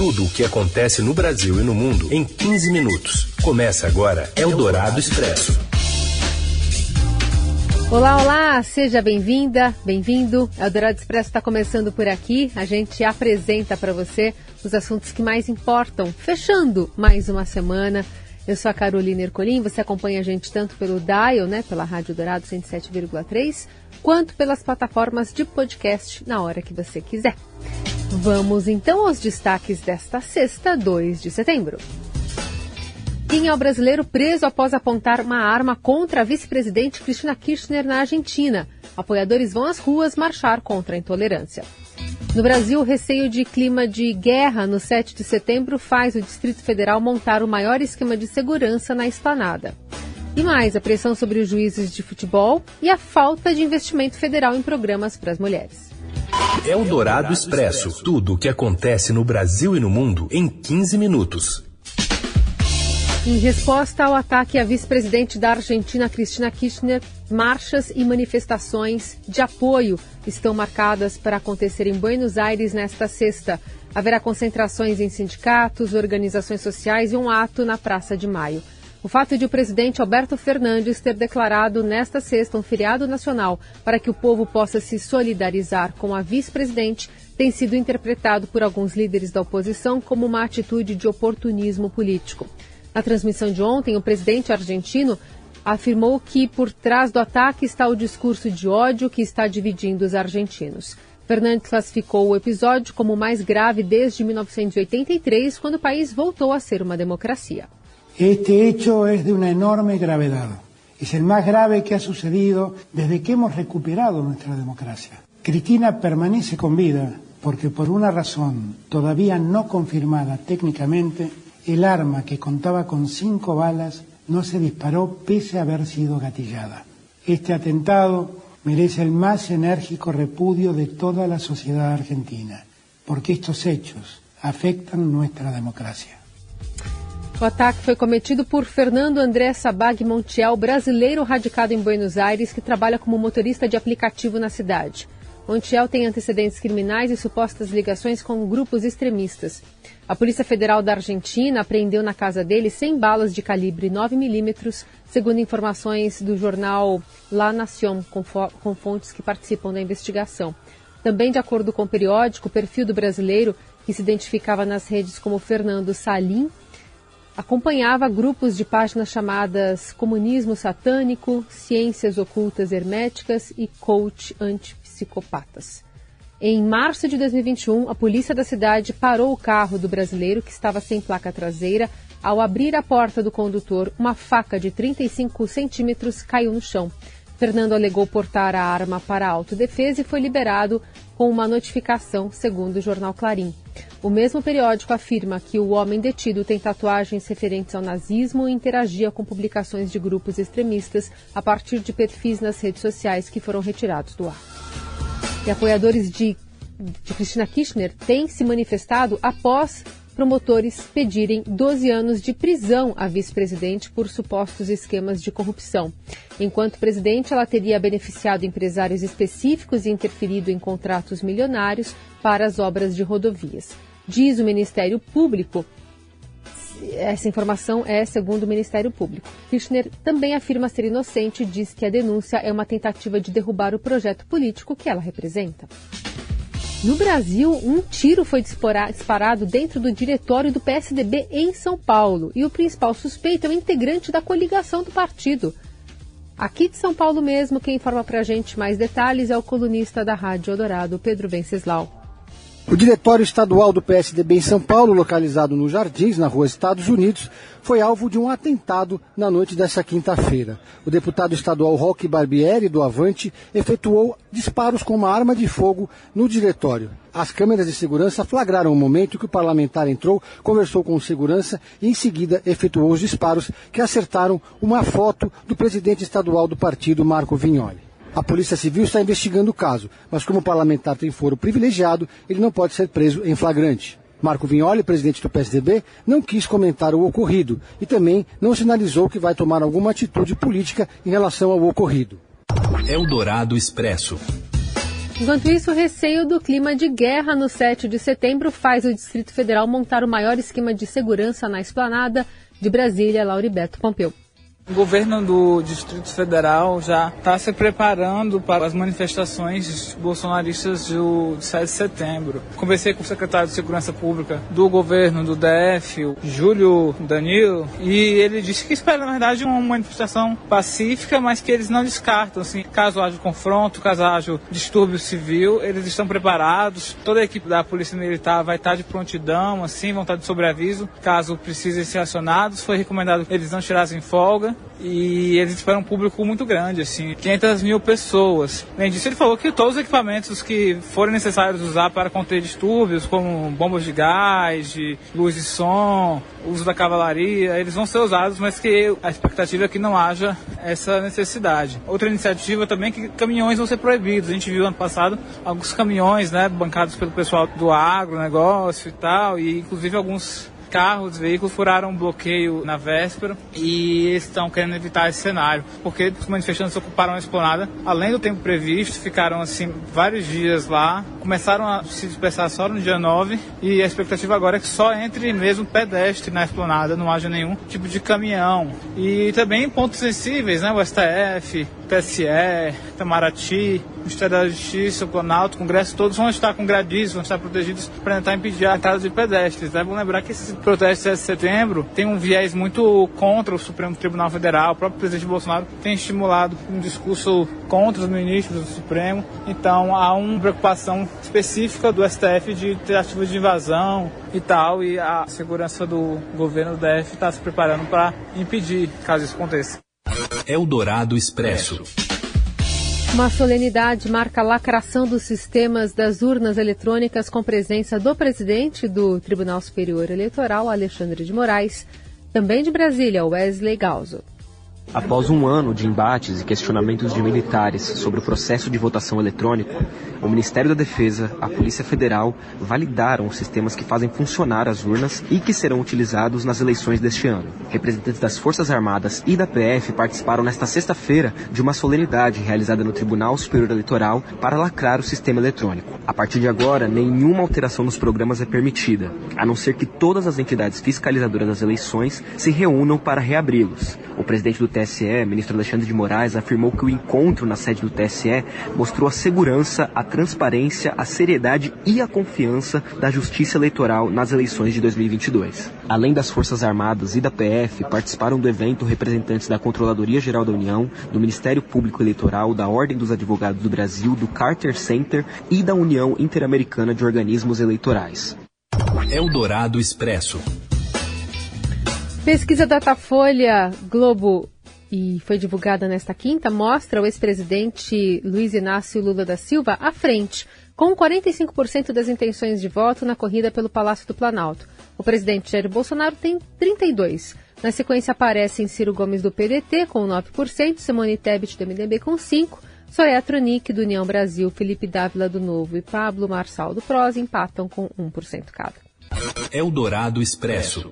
Tudo o que acontece no Brasil e no mundo em 15 minutos. Começa agora Eldorado Expresso. Olá, olá, seja bem-vinda, bem-vindo. Eldorado Expresso está começando por aqui. A gente apresenta para você os assuntos que mais importam, fechando mais uma semana. Eu sou a Carolina Ercolim, você acompanha a gente tanto pelo Dial, pela Rádio Dourado 107,3, quanto pelas plataformas de podcast na hora que você quiser. Vamos então aos destaques desta sexta, 2 de setembro. Quem é o brasileiro preso após apontar uma arma contra a vice-presidente Cristina Kirchner na Argentina? Apoiadores vão às ruas marchar contra a intolerância. No Brasil, o receio de clima de guerra no 7 de setembro faz o Distrito Federal montar o maior esquema de segurança na esplanada. E mais, a pressão sobre os juízes de futebol e a falta de investimento federal em programas para as mulheres. Eldorado Expresso. Tudo o que acontece no Brasil e no mundo em 15 minutos. Em resposta ao ataque à vice-presidente da Argentina, Cristina Kirchner, marchas e manifestações de apoio estão marcadas para acontecer em Buenos Aires nesta sexta. Haverá concentrações em sindicatos, organizações sociais e um ato na Praça de Maio. O fato de o presidente Alberto Fernandes ter declarado nesta sexta um feriado nacional para que o povo possa se solidarizar com a vice-presidente tem sido interpretado por alguns líderes da oposição como uma atitude de oportunismo político. Na transmissão de ontem, o presidente argentino afirmou que por trás do ataque está o discurso de ódio que está dividindo os argentinos. Fernandes classificou o episódio como o mais grave desde 1983, quando o país voltou a ser uma democracia. Este hecho es de una enorme gravedad. Es el más grave que ha sucedido desde que hemos recuperado nuestra democracia. Cristina permanece con vida porque por una razón todavía no confirmada técnicamente, el arma que contaba con 5 balas no se disparó pese a haber sido gatillada. Este atentado merece el más enérgico repudio de toda la sociedad argentina, porque estos hechos afectan nuestra democracia. O ataque foi cometido por Fernando André Sabag Montiel, brasileiro radicado em Buenos Aires, que trabalha como motorista de aplicativo na cidade. Montiel tem antecedentes criminais e supostas ligações com grupos extremistas. A Polícia Federal da Argentina apreendeu na casa dele 100 balas de calibre 9mm, segundo informações do jornal La Nación, com fontes que participam da investigação. Também, de acordo com o periódico, o perfil do brasileiro, que se identificava nas redes como Fernando Salim, acompanhava grupos de páginas chamadas Comunismo Satânico, Ciências Ocultas Herméticas e Coach Antipsicopatas. Em março de 2021, a polícia da cidade parou o carro do brasileiro, que estava sem placa traseira. Ao abrir a porta do condutor, uma faca de 35 centímetros caiu no chão. Fernando alegou portar a arma para autodefesa e foi liberado com uma notificação, segundo o jornal Clarim. O mesmo periódico afirma que o homem detido tem tatuagens referentes ao nazismo e interagia com publicações de grupos extremistas a partir de perfis nas redes sociais que foram retirados do ar. E apoiadores de Cristina Kirchner têm se manifestado após promotores pedirem 12 anos de prisão à vice-presidente por supostos esquemas de corrupção. Enquanto presidente, ela teria beneficiado empresários específicos e interferido em contratos milionários para as obras de rodovias. Diz o Ministério Público, essa informação é segundo o Ministério Público. Kirchner também afirma ser inocente e diz que a denúncia é uma tentativa de derrubar o projeto político que ela representa. No Brasil, um tiro foi disparado dentro do diretório do PSDB em São Paulo e o principal suspeito é um integrante da coligação do partido. Aqui de São Paulo mesmo, quem informa pra gente mais detalhes é o colunista da Rádio Eldorado, Pedro Venceslau. O Diretório Estadual do PSDB em São Paulo, localizado nos Jardins, na Rua Estados Unidos, foi alvo de um atentado na noite desta quinta-feira. O deputado estadual Roque Barbieri, do Avante, efetuou disparos com uma arma de fogo no diretório. As câmeras de segurança flagraram o momento que o parlamentar entrou, conversou com o segurança e, em seguida, efetuou os disparos que acertaram uma foto do presidente estadual do partido, Marco Vignoli. A Polícia Civil está investigando o caso, mas como o parlamentar tem foro privilegiado, ele não pode ser preso em flagrante. Marco Vignoli, presidente do PSDB, não quis comentar o ocorrido e também não sinalizou que vai tomar alguma atitude política em relação ao ocorrido. Eldorado Expresso. Enquanto isso, o receio do clima de guerra no 7 de setembro faz o Distrito Federal montar o maior esquema de segurança na esplanada de Brasília. Lauriberto Pompeu. O governo do Distrito Federal já está se preparando para as manifestações bolsonaristas do 7 de setembro. Conversei com o secretário de Segurança Pública do governo do DF, o Júlio Danilo, e ele disse que espera, na verdade, uma manifestação pacífica, mas que eles não descartam, assim, caso haja confronto, caso haja distúrbio civil, eles estão preparados. Toda a equipe da Polícia Militar vai estar de prontidão, assim, vão estar de sobreaviso, caso precisem ser acionados. Foi recomendado que eles não tirassem folga. E eles esperam um público muito grande, assim, 500 mil pessoas. Além disso, ele falou que todos os equipamentos que forem necessários usar para conter distúrbios, como bombas de gás, de luz e som, uso da cavalaria, eles vão ser usados, mas que a expectativa é que não haja essa necessidade. Outra iniciativa também é que caminhões vão ser proibidos. A gente viu ano passado alguns caminhões, né, bancados pelo pessoal do agronegócio e tal, e inclusive alguns carros, veículos furaram um bloqueio na véspera e estão querendo evitar esse cenário, porque os manifestantes ocuparam a esplanada, além do tempo previsto, ficaram assim vários dias lá, começaram a se dispersar só no dia 9 e a expectativa agora é que só entre mesmo pedestre na esplanada, não haja nenhum tipo de caminhão. E também pontos sensíveis, né, o STF, TSE, Itamaraty, Ministério da Justiça, o Planalto, o Congresso, todos vão estar com gradis, vão estar protegidos para tentar impedir a entrada de pedestres. Né? Vamos lembrar que esse protesto de 7 de setembro tem um viés muito contra o Supremo Tribunal Federal. O próprio presidente Bolsonaro tem estimulado um discurso contra os ministros do Supremo. Então há uma preocupação específica do STF de tentativas de invasão e tal, e a segurança do governo do DF está se preparando para impedir caso isso aconteça. Eldorado Expresso. Uma solenidade marca a lacração dos sistemas das urnas eletrônicas com presença do presidente do Tribunal Superior Eleitoral, Alexandre de Moraes, também de Brasília, Wesley Galzo. Após um ano de embates e questionamentos de militares sobre o processo de votação eletrônico, o Ministério da Defesa, a Polícia Federal validaram os sistemas que fazem funcionar as urnas e que serão utilizados nas eleições deste ano. Representantes das Forças Armadas e da PF participaram nesta sexta-feira de uma solenidade realizada no Tribunal Superior Eleitoral para lacrar o sistema eletrônico. A partir de agora, nenhuma alteração nos programas é permitida, a não ser que todas as entidades fiscalizadoras das eleições se reúnam para reabri-los. O presidente do TSE, ministro Alexandre de Moraes, afirmou que o encontro na sede do TSE mostrou a segurança, a transparência, a seriedade e a confiança da Justiça Eleitoral nas eleições de 2022. Além das Forças Armadas e da PF, participaram do evento representantes da Controladoria Geral da União, do Ministério Público Eleitoral, da Ordem dos Advogados do Brasil, do Carter Center e da União Interamericana de Organismos Eleitorais. Eldorado Expresso. Pesquisa Datafolha Globo e foi divulgada nesta quinta, mostra o ex-presidente Luiz Inácio Lula da Silva à frente, com 45% das intenções de voto na corrida pelo Palácio do Planalto. O presidente Jair Bolsonaro tem 32%. Na sequência aparecem Ciro Gomes do PDT com 9%, Simone Tebet do MDB com 5%, Soraya Tronic do União Brasil, Felipe Dávila do Novo e Pablo Marçal do PROS empatam com 1% cada. Eldorado Expresso.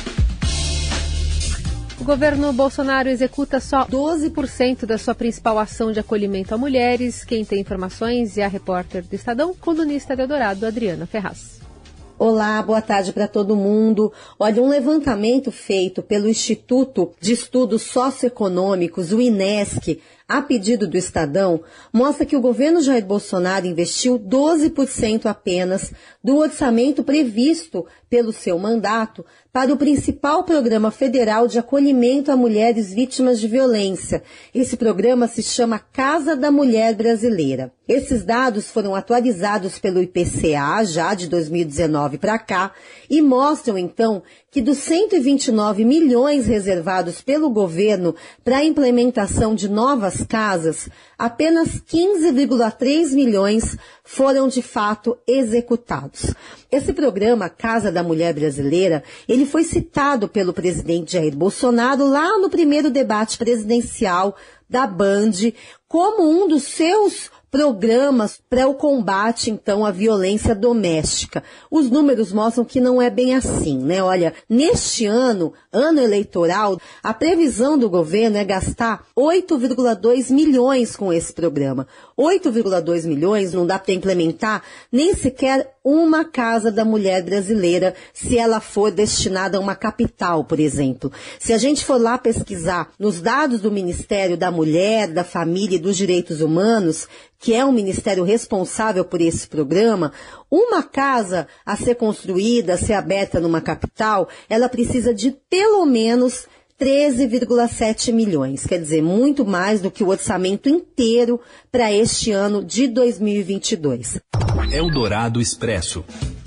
O governo Bolsonaro executa só 12% da sua principal ação de acolhimento a mulheres. Quem tem informações é a repórter do Estadão, colunista do Eldorado, Adriana Ferraz. Olá, boa tarde para todo mundo. Olha, um levantamento feito pelo Instituto de Estudos Socioeconômicos, o INESC, a pedido do Estadão, mostra que o governo Jair Bolsonaro investiu 12% apenas do orçamento previsto pelo seu mandato para o principal programa federal de acolhimento a mulheres vítimas de violência. Esse programa se chama Casa da Mulher Brasileira. Esses dados foram atualizados pelo IPCA já de 2019 para cá e mostram, então, que dos 129 milhões reservados pelo governo para a implementação de novas casas, apenas 15,3 milhões foram de fato executados. Esse programa Casa da Mulher Brasileira, ele foi citado pelo presidente Jair Bolsonaro lá no primeiro debate presidencial da Band como um dos seus programas para o combate, então, à violência doméstica. Os números mostram que não é bem assim, né? Olha, neste ano eleitoral, a previsão do governo é gastar 8,2 milhões com esse programa. 8,2 milhões não dá para implementar nem sequer uma casa da mulher brasileira, se ela for destinada a uma capital, por exemplo. Se a gente for lá pesquisar nos dados do Ministério da Mulher, da Família e dos Direitos Humanos, que é um ministério responsável por esse programa, uma casa a ser construída, a ser aberta numa capital, ela precisa de pelo menos 13,7 milhões, quer dizer, muito mais do que o orçamento inteiro para este ano de 2022. Eldorado Expresso.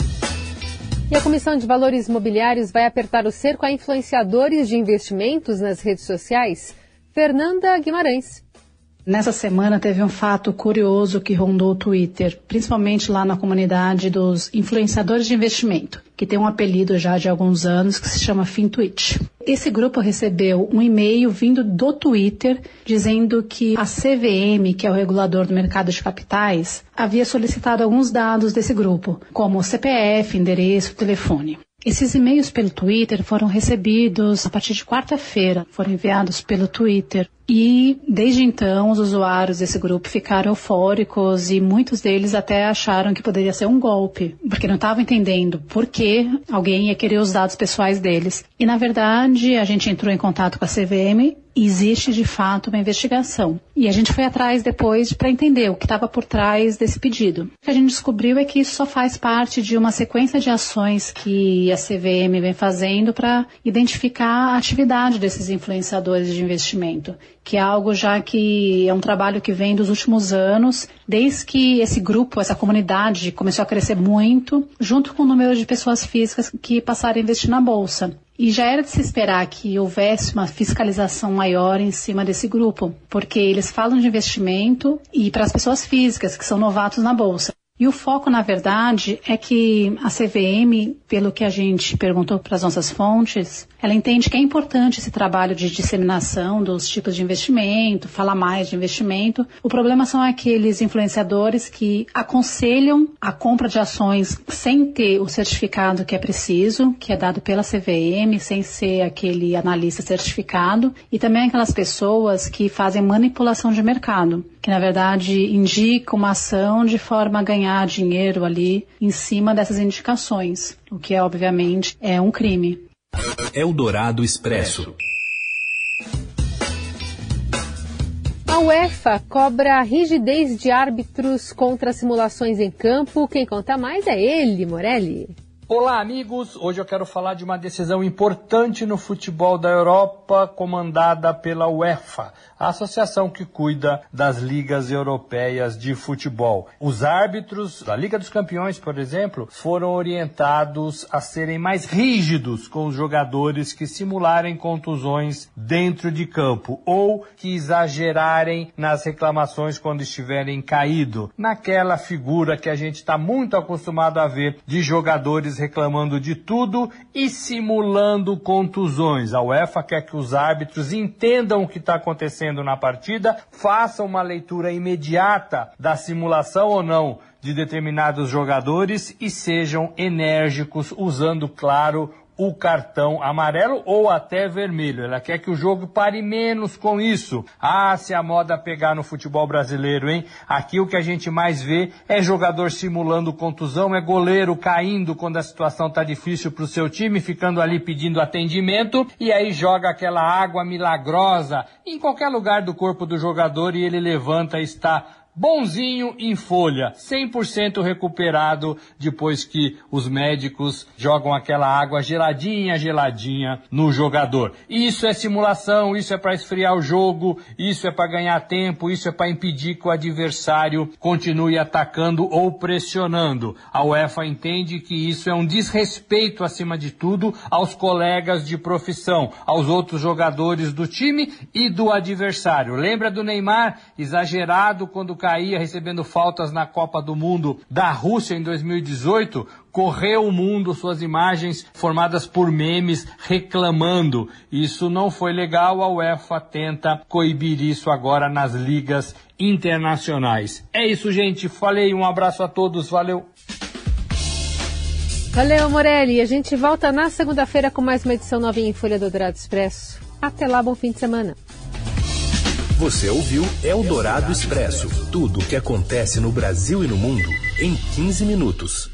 E a Comissão de Valores Imobiliários vai apertar o cerco a influenciadores de investimentos nas redes sociais? Fernanda Guimarães. Nessa semana teve um fato curioso que rondou o Twitter, principalmente lá na comunidade dos influenciadores de investimento, que tem um apelido já de alguns anos que se chama FinTwitch. Esse grupo recebeu um e-mail vindo do Twitter dizendo que a CVM, que é o regulador do mercado de capitais, havia solicitado alguns dados desse grupo, como CPF, endereço, telefone. Esses e-mails pelo Twitter foram recebidos a partir de quarta-feira, foram enviados pelo Twitter. E, desde então, os usuários desse grupo ficaram eufóricos e muitos deles até acharam que poderia ser um golpe, porque não estavam entendendo por que alguém ia querer os dados pessoais deles. E, na verdade, a gente entrou em contato com a CVM e existe, de fato, uma investigação. E a gente foi atrás depois para entender o que estava por trás desse pedido. O que a gente descobriu é que isso só faz parte de uma sequência de ações que a CVM vem fazendo para identificar a atividade desses influenciadores de investimento, que é algo já que é um trabalho que vem dos últimos anos, desde que esse grupo, essa comunidade começou a crescer muito, junto com o número de pessoas físicas que passaram a investir na Bolsa. E já era de se esperar que houvesse uma fiscalização maior em cima desse grupo, porque eles falam de investimento e para as pessoas físicas que são novatos na Bolsa. E o foco, na verdade, é que a CVM, pelo que a gente perguntou para as nossas fontes, ela entende que é importante esse trabalho de disseminação dos tipos de investimento, falar mais de investimento. O problema são aqueles influenciadores que aconselham a compra de ações sem ter o certificado que é preciso, que é dado pela CVM, sem ser aquele analista certificado, e também aquelas pessoas que fazem manipulação de mercado, que na verdade indicam uma ação de forma a ganhar dinheiro ali em cima dessas indicações, o que obviamente é um crime. Eldorado Expresso. A UEFA cobra a rigidez de árbitros contra simulações em campo. Quem conta mais é ele, Morelli. Olá, amigos! Hoje eu quero falar de uma decisão importante no futebol da Europa, comandada pela UEFA, a associação que cuida das ligas europeias de futebol. Os árbitros da Liga dos Campeões, por exemplo, foram orientados a serem mais rígidos com os jogadores que simularem contusões dentro de campo ou que exagerarem nas reclamações quando estiverem caídos. Naquela figura que a gente está muito acostumado a ver de jogadores reclamando de tudo e simulando contusões. A UEFA quer que os árbitros entendam o que está acontecendo na partida, façam uma leitura imediata da simulação ou não de determinados jogadores e sejam enérgicos, usando, claro, o cartão amarelo ou até vermelho. Ela quer que o jogo pare menos com isso. Ah, se a moda pegar no futebol brasileiro, hein? Aqui o que a gente mais vê é jogador simulando contusão, é goleiro caindo quando a situação tá difícil pro seu time, ficando ali pedindo atendimento, e aí joga aquela água milagrosa em qualquer lugar do corpo do jogador e ele levanta e está bonzinho em folha, 100% recuperado depois que os médicos jogam aquela água geladinha no jogador. Isso é simulação, isso é para esfriar o jogo, isso é para ganhar tempo, isso é para impedir que o adversário continue atacando ou pressionando. A UEFA entende que isso é um desrespeito, acima de tudo, aos colegas de profissão, aos outros jogadores do time e do adversário. Lembra do Neymar, exagerado quando caía, recebendo faltas na Copa do Mundo da Rússia em 2018, correu o mundo suas imagens formadas por memes reclamando. Isso não foi legal, a UEFA tenta coibir isso agora nas ligas internacionais. É isso, gente. Falei, um abraço a todos, valeu. Valeu, Morelli. A gente volta na segunda-feira com mais uma edição novinha em Folha do Eldorado Expresso. Até lá, bom fim de semana. Você ouviu Eldorado Expresso. Tudo o que acontece no Brasil e no mundo em 15 minutos.